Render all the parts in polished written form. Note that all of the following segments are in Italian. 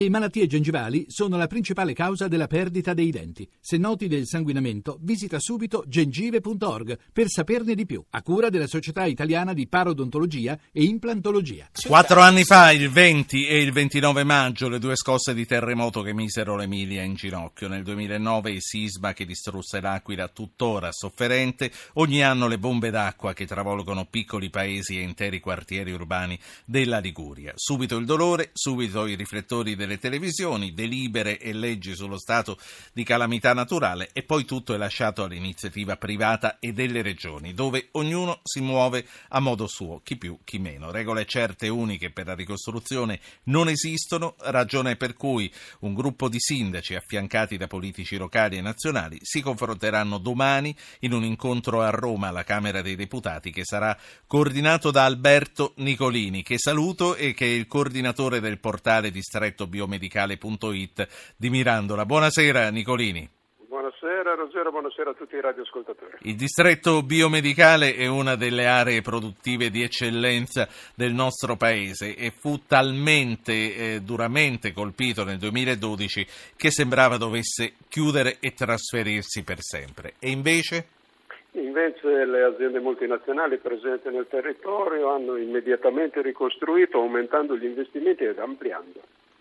Le malattie gengivali sono la principale causa della perdita dei denti. Se noti del sanguinamento, visita subito gengive.org per saperne di più, a cura della Società Italiana di Parodontologia e Implantologia. 4 anni fa, il 20 e il 29 maggio, le due scosse di terremoto che misero l'Emilia in ginocchio. Nel 2009 il sisma che distrusse l'Aquila, tuttora sofferente. Ogni anno le bombe d'acqua che travolgono piccoli paesi e interi quartieri urbani della Liguria. Subito il dolore, subito i riflettori delle televisioni, delibere e leggi sullo stato di calamità naturale, e poi tutto è lasciato all'iniziativa privata e delle regioni, dove ognuno si muove a modo suo, chi più chi meno. Regole certe e uniche per la ricostruzione non esistono, ragione per cui un gruppo di sindaci affiancati da politici locali e nazionali si confronteranno domani in un incontro a Roma alla Camera dei Deputati, che sarà coordinato da Alberto Nicolini, che saluto e che è il coordinatore del portale distrettobiomedicale.it di Mirandola. Buonasera Nicolini. Buonasera Ruggero, buonasera a tutti i radioascoltatori. Il distretto biomedicale è una delle aree produttive di eccellenza del nostro paese e fu talmente duramente colpito nel 2012 che sembrava dovesse chiudere e trasferirsi per sempre. E invece? Invece le aziende multinazionali presenti nel territorio hanno immediatamente ricostruito, aumentando gli investimenti ed ampliando.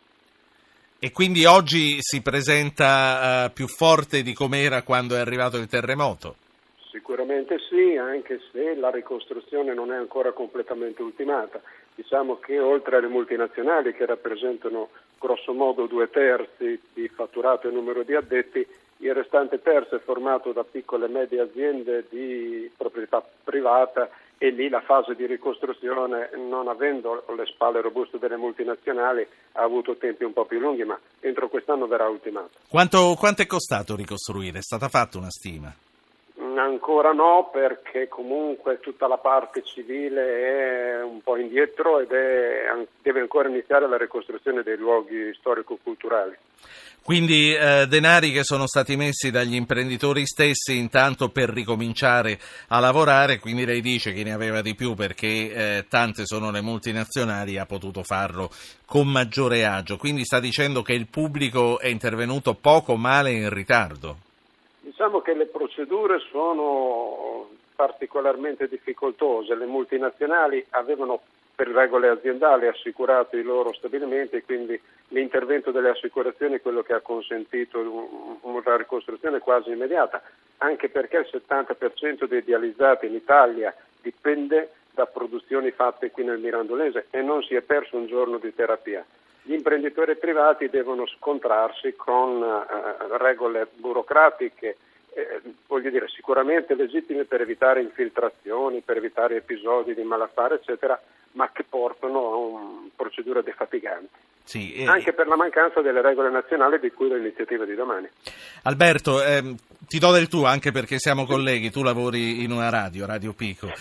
E quindi oggi si presenta più forte di com'era quando è arrivato il terremoto? Sicuramente sì, anche se la ricostruzione non è ancora completamente ultimata. Diciamo che oltre alle multinazionali, che rappresentano grosso modo 2/3 di fatturato e numero di addetti, il restante terzo è formato da piccole e medie aziende di proprietà privata, e lì la fase di ricostruzione, non avendo le spalle robuste delle multinazionali, ha avuto tempi un po' più lunghi, ma entro quest'anno verrà ultimato. Quanto è costato ricostruire? È stata fatta una stima? Ancora no, perché comunque tutta la parte civile è un po' indietro ed deve ancora iniziare la ricostruzione dei luoghi storico-culturali. Quindi denari che sono stati messi dagli imprenditori stessi intanto per ricominciare a lavorare, quindi lei dice che ne aveva di più perché tante sono le multinazionali, ha potuto farlo con maggiore agio. Quindi sta dicendo che il pubblico è intervenuto poco, male e in ritardo? Diciamo che le procedure sono particolarmente difficoltose. Le multinazionali avevano per regole aziendali assicurato i loro stabilimenti, e quindi l'intervento delle assicurazioni è quello che ha consentito una ricostruzione quasi immediata, anche perché il 70% dei dializzati in Italia dipende da produzioni fatte qui nel Mirandolese e non si è perso un giorno di terapia. Gli imprenditori privati devono scontrarsi con regole burocratiche, voglio dire, sicuramente legittime per evitare infiltrazioni, per evitare episodi di malaffare, eccetera, ma che portano a procedure defatiganti. Sì, anche per la mancanza delle regole nazionali di cui l'iniziativa di domani. Alberto, ti do del tu anche perché siamo colleghi, tu lavori in una Radio Pico,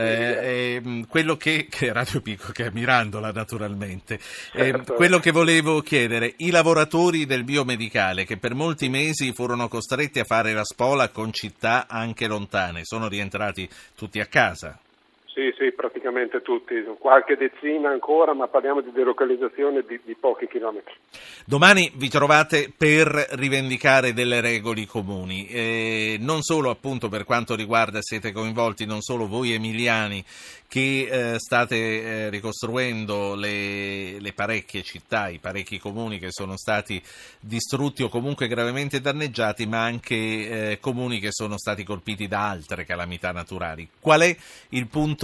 quello che Radio Pico, che è Mirandola naturalmente, Certo. Quello che volevo chiedere, i lavoratori del biomedicale che per molti mesi furono costretti a fare la spola con città anche lontane, sono rientrati tutti a casa? Sì, praticamente tutti, qualche decina ancora, ma parliamo di delocalizzazione di pochi chilometri. Domani vi trovate per rivendicare delle regole comuni, non solo appunto per quanto riguarda, siete coinvolti non solo voi emiliani che state ricostruendo le parecchie città, i parecchi comuni che sono stati distrutti o comunque gravemente danneggiati, ma anche comuni che sono stati colpiti da altre calamità naturali. Qual è il punto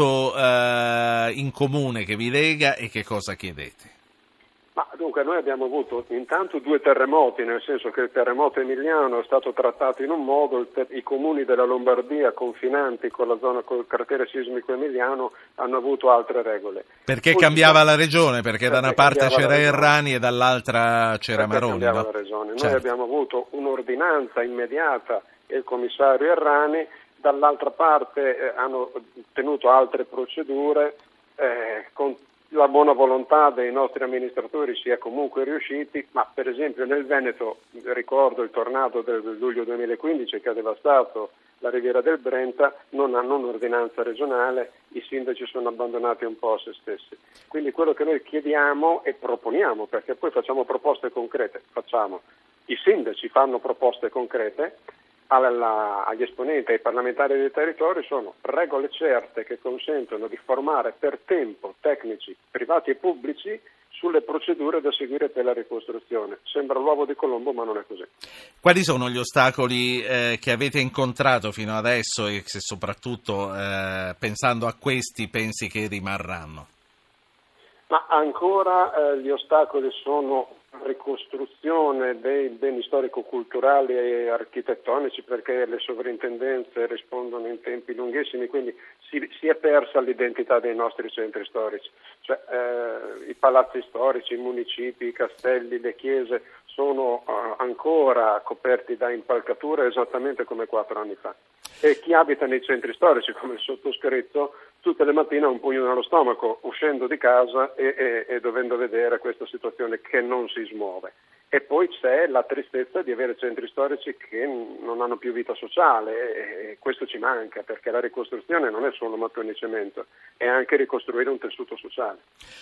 in comune che vi lega e che cosa chiedete? Ma dunque noi abbiamo avuto intanto 2 terremoti, nel senso che il terremoto emiliano è stato trattato in un modo, i comuni della Lombardia confinanti con la zona, col cratere sismico emiliano, hanno avuto altre regole. Perché cambiava la regione? Perché da una parte c'era Errani e dall'altra c'era Maroni, cambiava no? la regione. Certo. Noi abbiamo avuto un'ordinanza immediata e il commissario Errani, dall'altra parte hanno tenuto altre procedure, con la buona volontà dei nostri amministratori si è comunque riusciti, ma per esempio nel Veneto ricordo il tornado del luglio 2015 che ha devastato la Riviera del Brenta non hanno un'ordinanza regionale, i sindaci sono abbandonati un po' a se stessi. Quindi quello che noi chiediamo e proponiamo, perché poi facciamo proposte concrete, i sindaci fanno proposte concrete agli esponenti, ai parlamentari dei territori, sono regole certe che consentono di formare per tempo tecnici privati e pubblici sulle procedure da seguire per la ricostruzione. Sembra l'uovo di Colombo, ma non è così. Quali sono gli ostacoli che avete incontrato fino adesso e se soprattutto pensando a questi pensi che rimarranno? Ma ancora gli ostacoli sono ricostruzione dei beni storico-culturali e architettonici, perché le sovrintendenze rispondono in tempi lunghissimi, quindi si è persa l'identità dei nostri centri storici. I palazzi storici, i municipi, i castelli, le chiese sono ancora coperti da impalcature esattamente come 4 anni fa. E chi abita nei centri storici, come il sottoscritto, tutte le mattine ha un pugno nello stomaco, uscendo di casa e dovendo vedere questa situazione che non si smuove. E poi c'è la tristezza di avere centri storici che non hanno più vita sociale e questo ci manca, perché la ricostruzione non è solo mattoni e cemento, è anche ricostruire un tessuto sociale.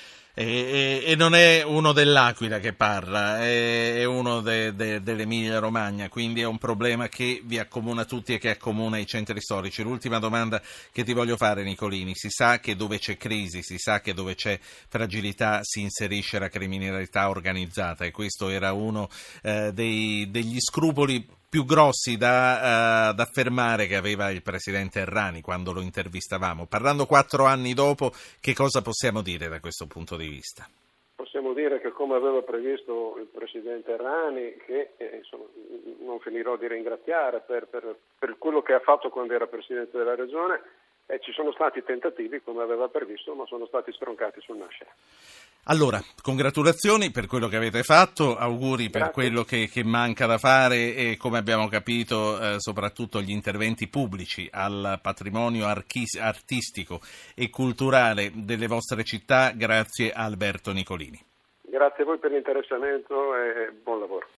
E non è uno dell'Aquila che parla, è uno dell'Emilia Romagna, quindi è un problema che vi accomuna tutti e che accomuna i centri storici. L'ultima domanda che ti voglio fare, Nicolini: si sa che dove c'è crisi, si sa che dove c'è fragilità si inserisce la criminalità organizzata, e questo era uno degli scrupoli più grossi da affermare che aveva il presidente Errani quando lo intervistavamo. Parlando 4 anni dopo, che cosa possiamo dire da questo punto di vista? Possiamo dire che, come aveva previsto il presidente Errani, che non finirò di ringraziare per quello che ha fatto quando era presidente della regione, ci sono stati tentativi, come aveva previsto, ma sono stati stroncati sul nascere. Allora, congratulazioni per quello che avete fatto, auguri per quello che manca da fare e, come abbiamo capito, soprattutto gli interventi pubblici al patrimonio artistico e culturale delle vostre città. Grazie a Alberto Nicolini. Grazie a voi per l'interessamento e buon lavoro.